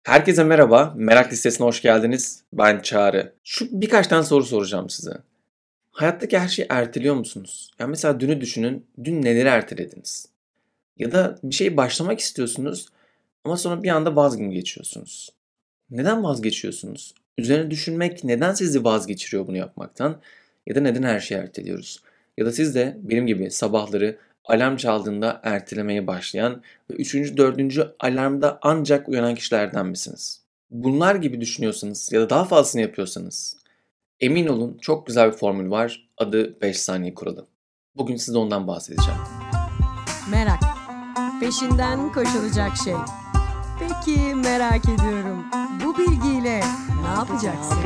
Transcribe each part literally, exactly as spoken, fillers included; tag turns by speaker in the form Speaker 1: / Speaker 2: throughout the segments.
Speaker 1: Herkese merhaba, merak listesine hoş geldiniz. Ben Çağrı. Şu birkaç tane soru soracağım size. Hayattaki her şeyi erteliyor musunuz? Yani mesela dünü düşünün, dün neleri ertelediniz? Ya da bir şeyi başlamak istiyorsunuz ama sonra bir anda vazgeçiyorsunuz. Neden vazgeçiyorsunuz? Üzerine düşünmek neden sizi vazgeçiriyor bunu yapmaktan? Ya da neden her şeyi erteliyoruz? Ya da siz de benim gibi sabahları alarm çaldığında ertelemeye başlayan ve üçüncü, dördüncü alarmda ancak uyanan kişilerden misiniz? Bunlar gibi düşünüyorsanız ya da daha fazlasını yapıyorsanız emin olun çok güzel bir formül var. Adı beş saniye kuralı. Bugün size ondan bahsedeceğim.
Speaker 2: Merak. Peşinden koşulacak şey. Peki merak ediyorum. Bu bilgiyle ne yapacaksın?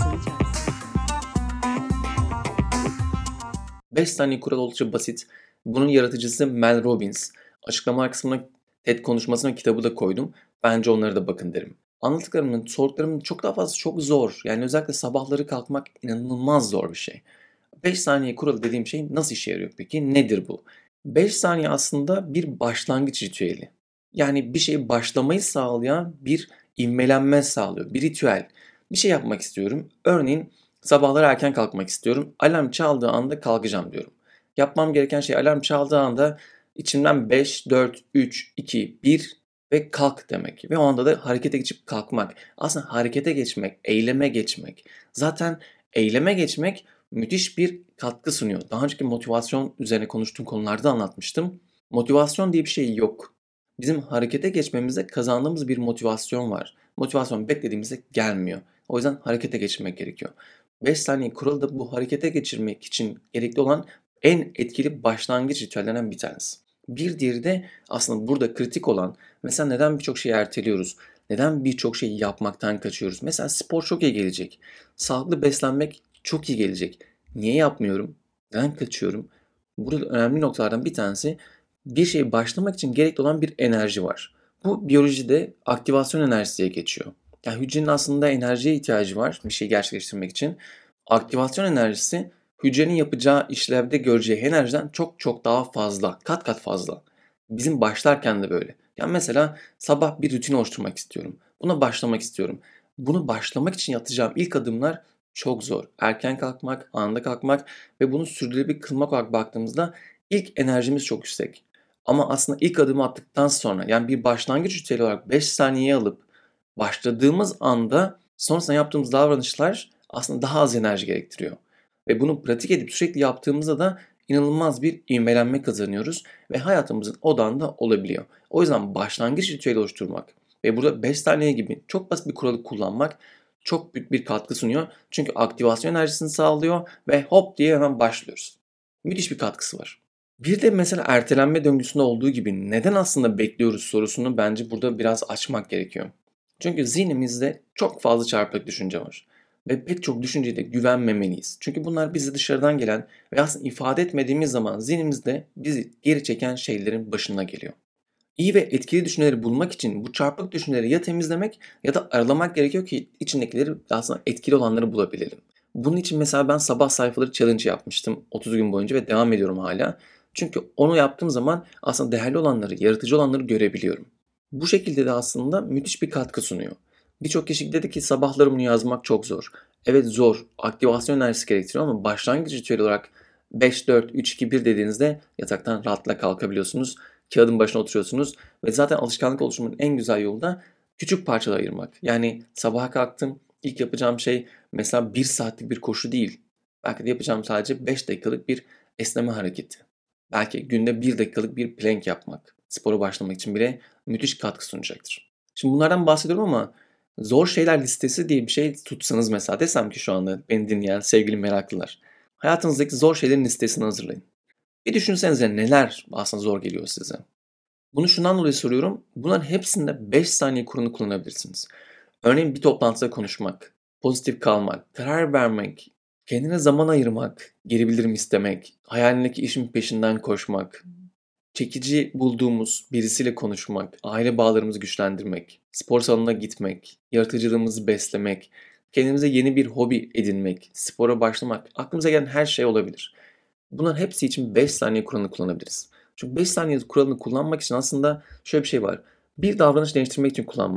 Speaker 1: beş saniye kuralı oldukça basit. Bunun yaratıcısı Mel Robbins. Açıklama kısmına TED konuşmasına kitabı da koydum. Bence onlara da bakın derim. Anlattıklarımın, sorduklarımın çok daha fazla çok zor. Yani özellikle sabahları kalkmak inanılmaz zor bir şey. beş saniye kuralı dediğim şey nasıl işe yarıyor peki? Nedir bu? beş saniye aslında bir başlangıç ritüeli. Yani bir şeyi başlamayı sağlayan bir ivmelenme sağlıyor. Bir ritüel. Bir şey yapmak istiyorum. Örneğin sabahları erken kalkmak istiyorum. Alarm çaldığı anda kalkacağım diyorum. Yapmam gereken şey alarm çaldığı anda içimden beş, dört, üç, iki, bir ve kalk demek. Ve o anda da harekete geçip kalkmak. Aslında harekete geçmek, eyleme geçmek. Zaten eyleme geçmek müthiş bir katkı sunuyor. Daha önceki motivasyon üzerine konuştuğum konularda anlatmıştım. Motivasyon diye bir şey yok. Bizim harekete geçmemize kazandığımız bir motivasyon var. Motivasyon beklediğimizde gelmiyor. O yüzden harekete geçirmek gerekiyor. beş saniye kuralı da bu harekete geçirmek için gerekli olan en etkili başlangıç ritüellerinden bir tanesi. Bir diğeri de aslında burada kritik olan mesela neden birçok şeyi erteliyoruz? Neden birçok şeyi yapmaktan kaçıyoruz? Mesela spor çok iyi gelecek. Sağlıklı beslenmek çok iyi gelecek. Niye yapmıyorum? Neden kaçıyorum? Burada önemli noktalardan bir tanesi bir şeye başlamak için gerekli olan bir enerji var. Bu biyolojide aktivasyon enerjisi diye geçiyor. Yani hücrenin aslında enerjiye ihtiyacı var bir şeyi gerçekleştirmek için. Aktivasyon enerjisi hücrenin yapacağı işlevde göreceği enerjiden çok çok daha fazla, kat kat fazla. Bizim başlarken de böyle. Yani mesela sabah bir rutin oluşturmak istiyorum. Buna başlamak istiyorum. Bunu başlamak için atacağım ilk adımlar çok zor. Erken kalkmak, anında kalkmak ve bunu sürdürülebilir kılmak olarak baktığımızda ilk enerjimiz çok yüksek. Ama aslında ilk adımı attıktan sonra yani bir başlangıç ritüeli olarak beş saniye alıp başladığımız anda sonrasında yaptığımız davranışlar aslında daha az enerji gerektiriyor. Ve bunu pratik edip sürekli yaptığımızda da inanılmaz bir ivmelenme kazanıyoruz ve hayatımızın odağında olabiliyor. O yüzden başlangıç ritüeli oluşturmak ve burada beş saniye gibi çok basit bir kuralı kullanmak çok büyük bir katkı sunuyor. Çünkü aktivasyon enerjisini sağlıyor ve hop diye hemen başlıyoruz. Müthiş bir katkısı var. Bir de mesela ertelenme döngüsünde olduğu gibi neden aslında bekliyoruz sorusunu bence burada biraz açmak gerekiyor. Çünkü zihnimizde çok fazla çarpık düşünce var. Ve pek çok düşünceye de güvenmemeliyiz. Çünkü bunlar bizi dışarıdan gelen ve aslında ifade etmediğimiz zaman zihnimizde bizi geri çeken şeylerin başına geliyor. İyi ve etkili düşünceleri bulmak için bu çarpık düşünceleri ya temizlemek ya da aralamak gerekiyor ki içindekileri aslında etkili olanları bulabilelim. Bunun için mesela ben sabah sayfaları challenge yapmıştım otuz gün boyunca ve devam ediyorum hala. Çünkü onu yaptığım zaman aslında değerli olanları, yaratıcı olanları görebiliyorum. Bu şekilde de aslında müthiş bir katkı sunuyor. Birçok kişi dedi ki sabahları bunu yazmak çok zor. Evet zor, aktivasyon enerjisi gerektiriyor ama başlangıç ritüeli olarak beş, dört, üç, iki, bir dediğinizde yataktan rahatla kalkabiliyorsunuz. Kağıdın başına oturuyorsunuz ve zaten alışkanlık oluşturmanın en güzel yolu da küçük parçalara ayırmak. Yani sabaha kalktım, ilk yapacağım şey mesela bir saatlik bir koşu değil. Belki de yapacağım sadece beş dakikalık bir esneme hareketi. Belki günde bir dakikalık bir plank yapmak. Spora başlamak için bile müthiş katkı sunacaktır. Şimdi bunlardan bahsediyorum ama zor şeyler listesi diye bir şey tutsanız mesela desem ki şu anda beni dinleyen sevgili meraklılar. Hayatınızdaki zor şeylerin listesini hazırlayın. Bir düşünsenize neler aslında zor geliyor size. Bunu şundan dolayı soruyorum. Bunların hepsinde beş saniye kurunu kullanabilirsiniz. Örneğin bir toplantıda konuşmak, pozitif kalmak, karar vermek, kendine zaman ayırmak, geri bildirim istemek, hayalindeki işin peşinden koşmak, çekici bulduğumuz birisiyle konuşmak, aile bağlarımızı güçlendirmek, spor salonuna gitmek, yaratıcılığımızı beslemek, kendimize yeni bir hobi edinmek, spora başlamak, aklımıza gelen her şey olabilir. Bunların hepsi için beş saniye kuralını kullanabiliriz. Çünkü beş saniye kuralını kullanmak için aslında şöyle bir şey var. Bir davranış değiştirmek için kullanmak.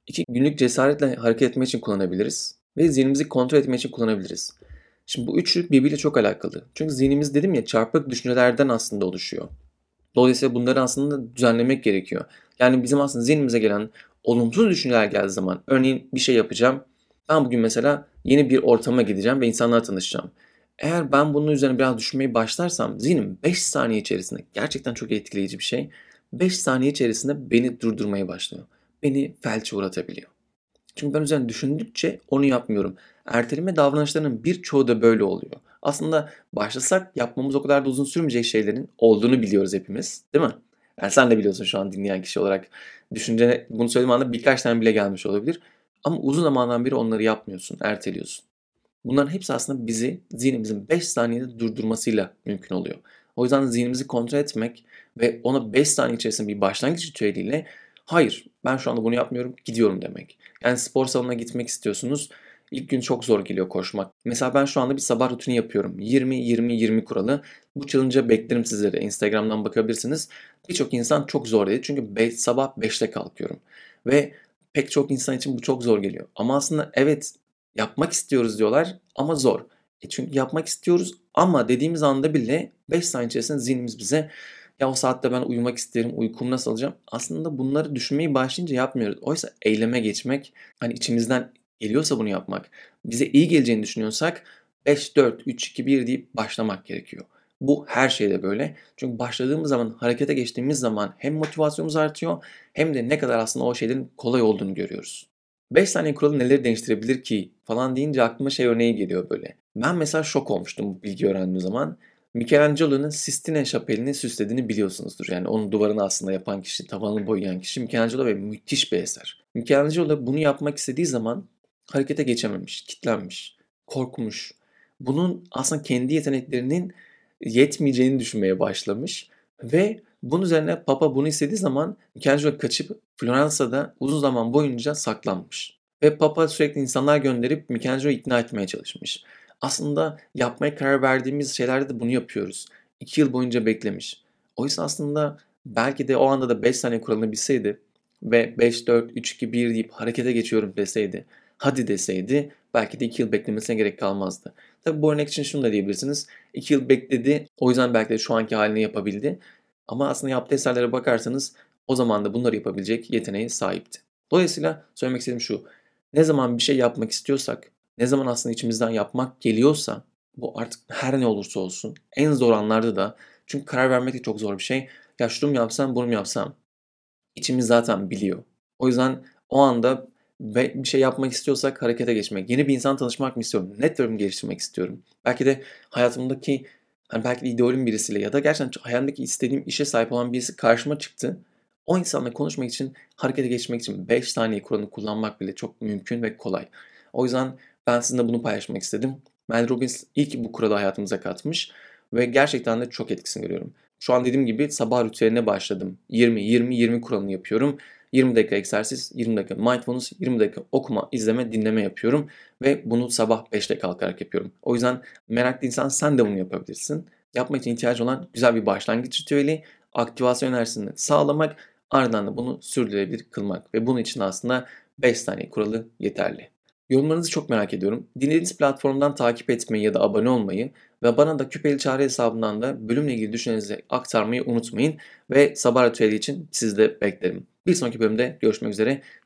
Speaker 1: iki günlük cesaretle hareket etmek için kullanabiliriz ve zihnimizi kontrol etmek için kullanabiliriz. Şimdi bu üçü birbiriyle çok alakalı. Çünkü zihnimiz dedim ya çarpık düşüncelerden aslında oluşuyor. Dolayısıyla bunları aslında düzenlemek gerekiyor. Yani bizim aslında zihnimize gelen olumsuz düşünceler geldiği zaman örneğin bir şey yapacağım. Ben bugün mesela yeni bir ortama gideceğim ve insanlarla tanışacağım. Eğer ben bunun üzerine biraz düşünmeye başlarsam zihnim beş saniye içerisinde gerçekten çok etkileyici bir şey. beş saniye içerisinde beni durdurmaya başlıyor. Beni felçe uğratabiliyor. Çünkü ben üzerine düşündükçe onu yapmıyorum. Erteleme davranışlarının birçoğu da böyle oluyor. Aslında başlasak yapmamız o kadar da uzun sürmeyecek şeylerin olduğunu biliyoruz hepimiz, değil mi? Yani sen de biliyorsun şu an dinleyen kişi olarak. Düşünce bunu söylediğim anda birkaç tane bile gelmiş olabilir. Ama uzun zamandan beri onları yapmıyorsun, erteliyorsun. Bunların hepsi aslında bizi zihnimizin beş saniyede durdurmasıyla mümkün oluyor. O yüzden zihnimizi kontrol etmek ve ona beş saniye içerisinde bir başlangıç ritüeliyle hayır ben şu anda bunu yapmıyorum gidiyorum demek. Yani spor salonuna gitmek istiyorsunuz. İlk gün çok zor geliyor koşmak. Mesela ben şu anda bir sabah rutini yapıyorum. yirmi yirmi yirmi kuralı. Bu challenge'a beklerim sizleri. Instagram'dan bakabilirsiniz. Birçok insan çok zor dedi. Çünkü be- sabah beşte kalkıyorum. Ve pek çok insan için bu çok zor geliyor. Ama aslında evet yapmak istiyoruz diyorlar ama zor. E çünkü yapmak istiyoruz ama dediğimiz anda bile beş saniye içerisinde zihnimiz bize ya o saatte ben uyumak isterim, uykumu nasıl alacağım? Aslında bunları düşünmeyi başlayınca yapmıyoruz. Oysa eyleme geçmek, hani içimizden geliyorsa bunu yapmak, bize iyi geleceğini düşünüyorsak beş, dört, üç, iki, bir deyip başlamak gerekiyor. Bu her şeyde böyle. Çünkü başladığımız zaman, harekete geçtiğimiz zaman hem motivasyonumuz artıyor hem de ne kadar aslında o şeylerin kolay olduğunu görüyoruz. beş saniye kuralı neleri değiştirebilir ki falan deyince aklıma şey örneği geliyor böyle. Ben mesela şok olmuştum bu bilgi öğrendiğim zaman. Michelangelo'nun Sistine Şapeli'ni süslediğini biliyorsunuzdur. Yani onun duvarını aslında yapan kişi, tavanını boyayan kişi Michelangelo ve müthiş bir eser. Michelangelo bunu yapmak istediği zaman harekete geçememiş, kitlenmiş, korkmuş. Bunun aslında kendi yeteneklerinin yetmeyeceğini düşünmeye başlamış ve bunun üzerine Papa bunu istediği zaman Michelangelo kaçıp Floransa'da uzun zaman boyunca saklanmış. Ve Papa sürekli insanlar gönderip Michelangelo'yu ikna etmeye çalışmış. Aslında yapmaya karar verdiğimiz şeylerde de bunu yapıyoruz. İki yıl boyunca beklemiş. Oysa aslında belki de o anda da beş saniye kuralını bilseydi ve beş, dört, üç, iki, bir deyip harekete geçiyorum deseydi, hadi deseydi belki de iki yıl beklemesine gerek kalmazdı. Tabi bu örnek için şunu da diyebilirsiniz. iki yıl bekledi, o yüzden belki de şu anki halini yapabildi. Ama aslında yaptığı eserlere bakarsanız o zaman da bunları yapabilecek yeteneğe sahipti. Dolayısıyla söylemek istediğim şu. Ne zaman bir şey yapmak istiyorsak, ne zaman aslında içimizden yapmak geliyorsa bu artık her ne olursa olsun en zor anlarda da çünkü karar vermek de çok zor bir şey. Ya şunu mu yapsam bunu mu yapsam içimiz zaten biliyor. O yüzden o anda ve bir şey yapmak istiyorsak harekete geçmek. Yeni bir insan tanışmak mı istiyorum? Network'ümü geliştirmek istiyorum. Belki de hayatımdaki hani belki de idolüm birisiyle ya da gerçekten hayalindeki istediğim işe sahip olan birisi karşıma çıktı. O insanla konuşmak için, harekete geçmek için beş saniye kuralını kullanmak bile çok mümkün ve kolay. O yüzden ben sizinle bunu paylaşmak istedim. Mel Robbins ilk bu kuralı hayatımıza katmış ve gerçekten de çok etkisini görüyorum. Şu an dediğim gibi sabah ritüeline başladım. yirmi yirmi yirmi kuralını yapıyorum. yirmi dakika egzersiz, yirmi dakika mindfulness, yirmi dakika okuma, izleme, dinleme yapıyorum. Ve bunu sabah beşte kalkarak yapıyorum. O yüzden meraklıysan sen de bunu yapabilirsin. Yapmak için ihtiyacı olan güzel bir başlangıç ritüeli, aktivasyon enerjisini sağlamak, ardından da bunu sürdürülebilir kılmak. Ve bunun için aslında beş saniye kuralı yeterli. Yorumlarınızı çok merak ediyorum. Dinlediğiniz platformdan takip etmeyi ya da abone olmayı ve bana da Küpeli Çare hesabından da bölümle ilgili düşüncelerinizi aktarmayı unutmayın. Ve sabah ritüeli için sizi de beklerim. Bir sonraki bölümde görüşmek üzere.